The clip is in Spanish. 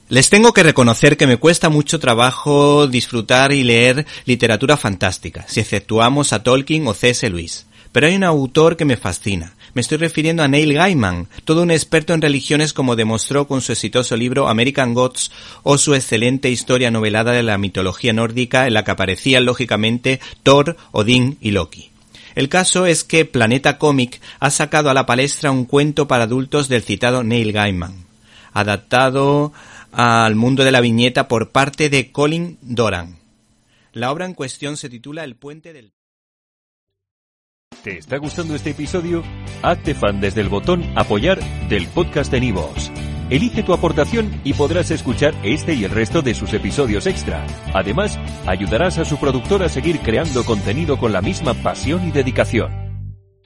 Les tengo que reconocer que me cuesta mucho trabajo disfrutar y leer literatura fantástica, si exceptuamos a Tolkien o C.S. Lewis. Pero hay un autor que me fascina. Me estoy refiriendo a Neil Gaiman, todo un experto en religiones como demostró con su exitoso libro American Gods o su excelente historia novelada de la mitología nórdica en la que aparecían lógicamente Thor, Odín y Loki. El caso es que Planeta Cómic ha sacado a la palestra un cuento para adultos del citado Neil Gaiman, adaptado al mundo de la viñeta por parte de Colin Doran. La obra en cuestión se titula El puente del... ¿Te está gustando este episodio? Hazte fan desde el botón Apoyar del podcast de Nivos. Elige tu aportación y podrás escuchar este y el resto de sus episodios extra. Además, ayudarás a su productor a seguir creando contenido con la misma pasión y dedicación.